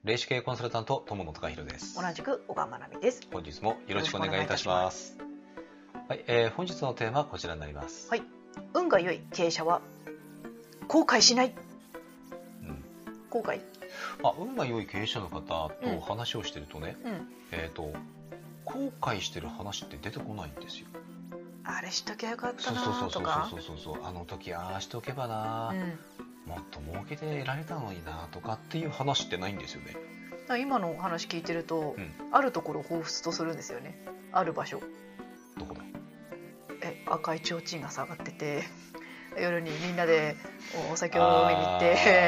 霊視系コンサルタント友野孝弘です。 同じく小川真奈美です。 本日もよろしくお願いいたします。はい、本日のテーマはこちらになります。 はい、運が良い経営者は後悔しない。後悔。 運が良い経営者の方と話をしてるとね、後悔してる話って出てこないんですよ。 あれしとけばよかったなとか、 あの時ああしとけばな、もっと儲けて得られたのになとかっていう話ってないんですよね。 今のお話聞いてると、あるところを彷彿とするんですよね。ある場所。 どこだ。 赤い提灯が下がってて、夜にみんなでお酒を飲みに行って、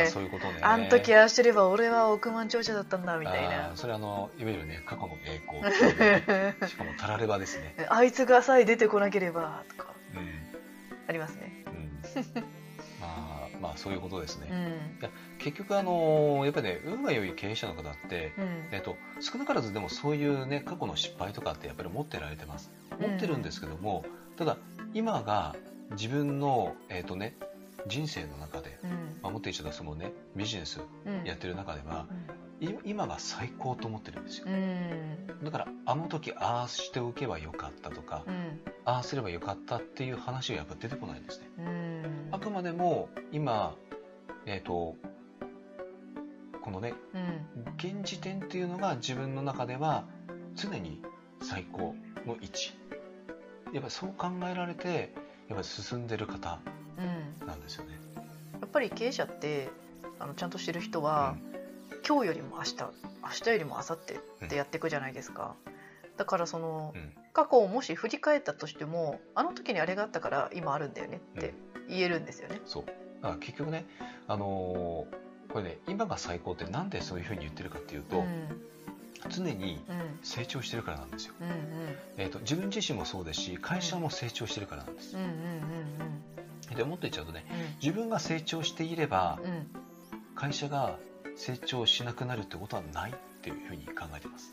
そういうことね。 あん時ああしてれば俺は億万長者だったんだみたいな。 それいわゆるね、過去の栄光しかもたらればですね。 あいつがさえ出てこなければとか、ありますね。 まあそういうことですね。結局やっぱりね、運が良い経営者の方って、少なからずでもそういうね、過去の失敗とかってやっぱり持ってられてます。持ってるんですけども、ただ今が自分の人生の中で、もっと言っちゃったらそのね、ビジネスやってる中では、今が最高と思ってるんですよ。だからあの時ああしておけばよかったとか、ああすればよかったっていう話がやっぱ出てこないんですね。あくまでも今、このね、現時点っていうのが自分の中では常に最高の位置。やっぱりそう考えられてやっぱり進んでる方なんですよね。 やっぱり経営者ってちゃんとしてる人は、今日よりも明日よりも明後日ってやっていくじゃないですか。だからその、過去をもし振り返ったとしても、あの時にあれがあったから今あるんだよねって言えるんですよね。 そうだから結局ね、これね、今が最高ってなんでそういうふうに言ってるかっていうと、常に成長してるからなんですよ。自分自身もそうですし、会社も成長してるからなんです。でもっと言っちゃうとね、自分が成長していれば、会社が成長しなくなるってことはないっていうふうに考えてます。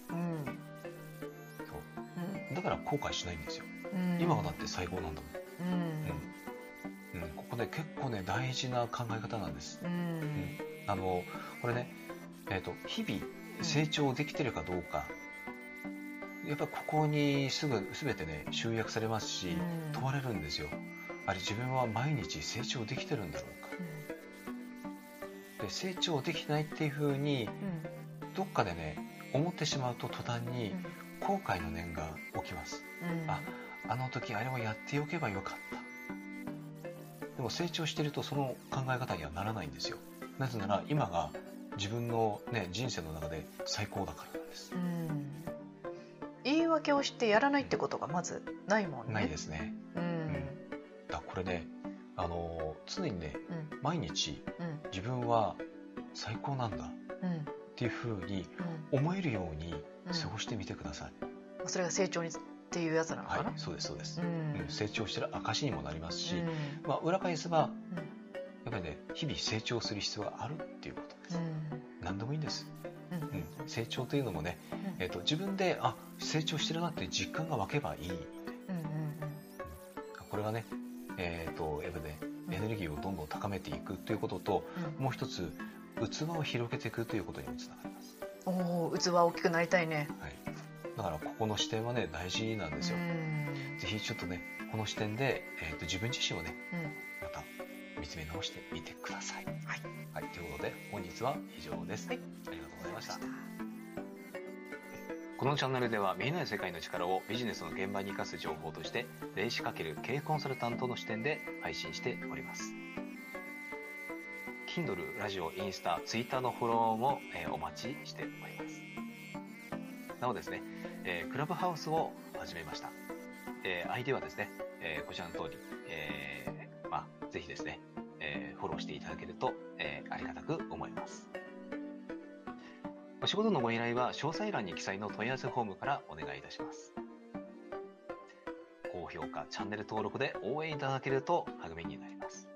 だから後悔しないんですよ。今がだって最高なんだもん。ここで結構ね、大事な考え方なんです。これね、日々成長できてるかどうか、やっぱりここに全てね集約されますし、問われるんですよ。あれ、自分は毎日成長できてるんだろうか。で、成長できないっていう風にどっかでね思ってしまうと、途端に後悔の念が起きます。あの時あれをやっておけばよかった。でも成長してるとその考え方にはならないんですよ。なぜなら今が自分の、人生の中で最高だからなんです。 言い訳をしてやらないってことがまずないもんね。 ないですね。これね、常にね、毎日、自分は最高なんだっていうふうに思えるように過ごしてみてください。 それが成長にっていうやつなのかな。 はい、そうですそうです。成長してる証にもなりますし、裏返せばやっぱりね、日々成長する必要があるっていうことです。何でもいいんです。成長というのもね、自分で成長してるなって実感が湧けばいいので、これがね、やっぱね、エネルギーをどんどん高めていくということと、もう一つ器を広げていくということにもつながります。 器大きくなりたいね。 だからここの視点はね大事なんですよ。ぜひちょっとね、この視点で、自分自身をね、また見つめ直してみてください。ということで本日は以上です。ありがとうございました。このチャンネルでは見えない世界の力をビジネスの現場に生かす情報として、霊視×経営コンサルタントの視点で配信しております。Kindle、ラジオ、インスタ、ツイッターのフォローも、お待ちしております。なおですね、クラブハウスを始めました。ID はですね、こちらの通り、ぜひですね、フォローしていただけると、ありがたく思います。お仕事のご依頼は詳細欄に記載の問い合わせフォームからお願いいたします。高評価、チャンネル登録で応援いただけると励みになります。